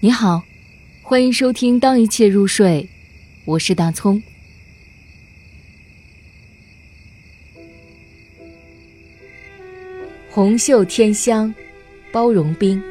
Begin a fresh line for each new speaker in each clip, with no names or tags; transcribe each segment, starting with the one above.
你好，欢迎收听当一切入睡，我是大葱。红袖添香，包容冰。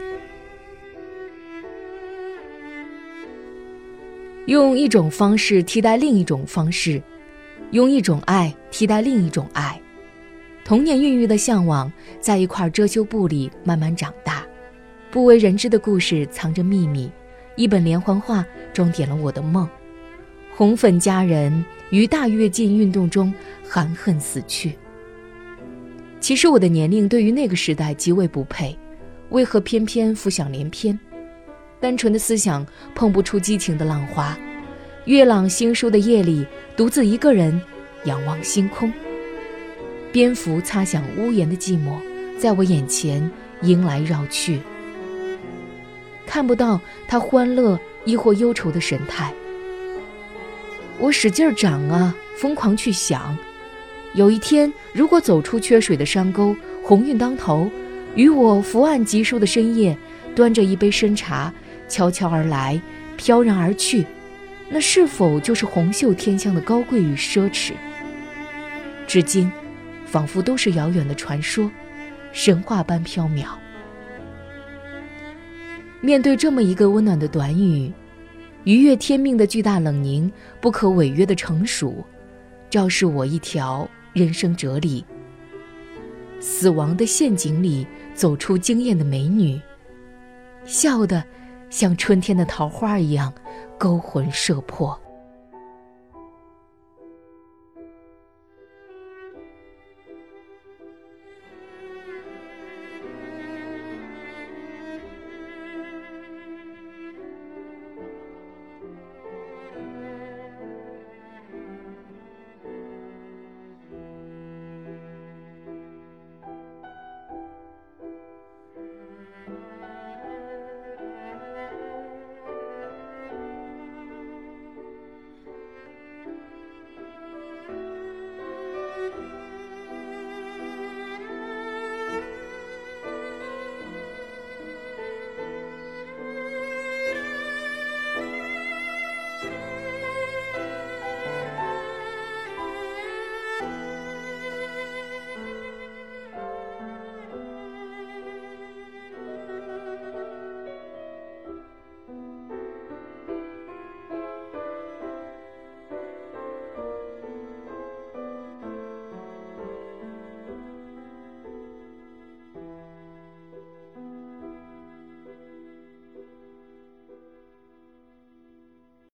用一种方式替代另一种方式，用一种爱替代另一种爱。童年孕育的向往，在一块遮羞布里慢慢长大。不为人知的故事藏着秘密，一本连环画装点了我的梦。红粉佳人于大跃进运动中含恨死去。其实我的年龄对于那个时代极为不配，为何偏偏浮想联翩？单纯的思想碰不出激情的浪花。月朗星疏的夜里，独自一个人仰望星空。蝙蝠擦响屋檐的寂寞，在我眼前迎来绕去。看不到他欢乐亦或忧愁的神态。我使劲长啊，疯狂去想，有一天如果走出缺水的山沟，鸿运当头，与我伏案疾书的深夜，端着一杯深茶，悄悄而来，飘然而去，那是否就是红袖添香的高贵与奢侈？至今仿佛都是遥远的传说，神话般缥缈。面对这么一个温暖的短语，逾越天命的巨大冷凝，不可违约的成熟，昭示我一条人生哲理。死亡的陷阱里走出惊艳的美女，笑得像春天的桃花一样勾魂摄魄。